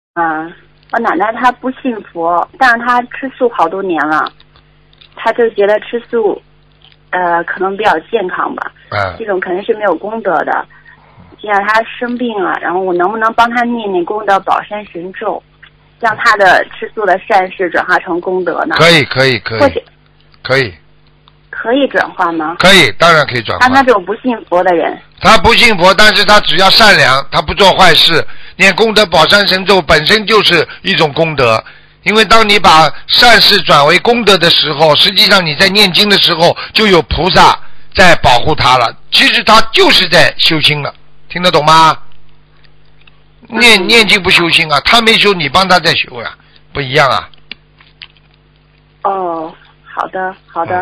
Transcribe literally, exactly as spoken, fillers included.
嗯，我奶奶她不信佛，但是她吃素好多年了，她就觉得吃素，呃，可能比较健康吧。 嗯。 这种肯定是没有功德的。既然她生病了，然后我能不能帮她念念功德宝山神咒，让她的吃素的善事转化成功德呢？ 可以，可以，可以。 或者可以。 可以转化吗？ 可以，当然可以转化。 他那种不信佛的人， 他不信佛，但是他只要善良，他不做坏事，念功德宝山神咒本身就是一种功德。因为当你把善事转为功德的时候，实际上你在念经的时候就有菩萨在保护他了。其实他就是在修心了，听得懂吗？念念经不修心啊，他没修，你帮他在修呀，不一样啊。 哦，好的，好的。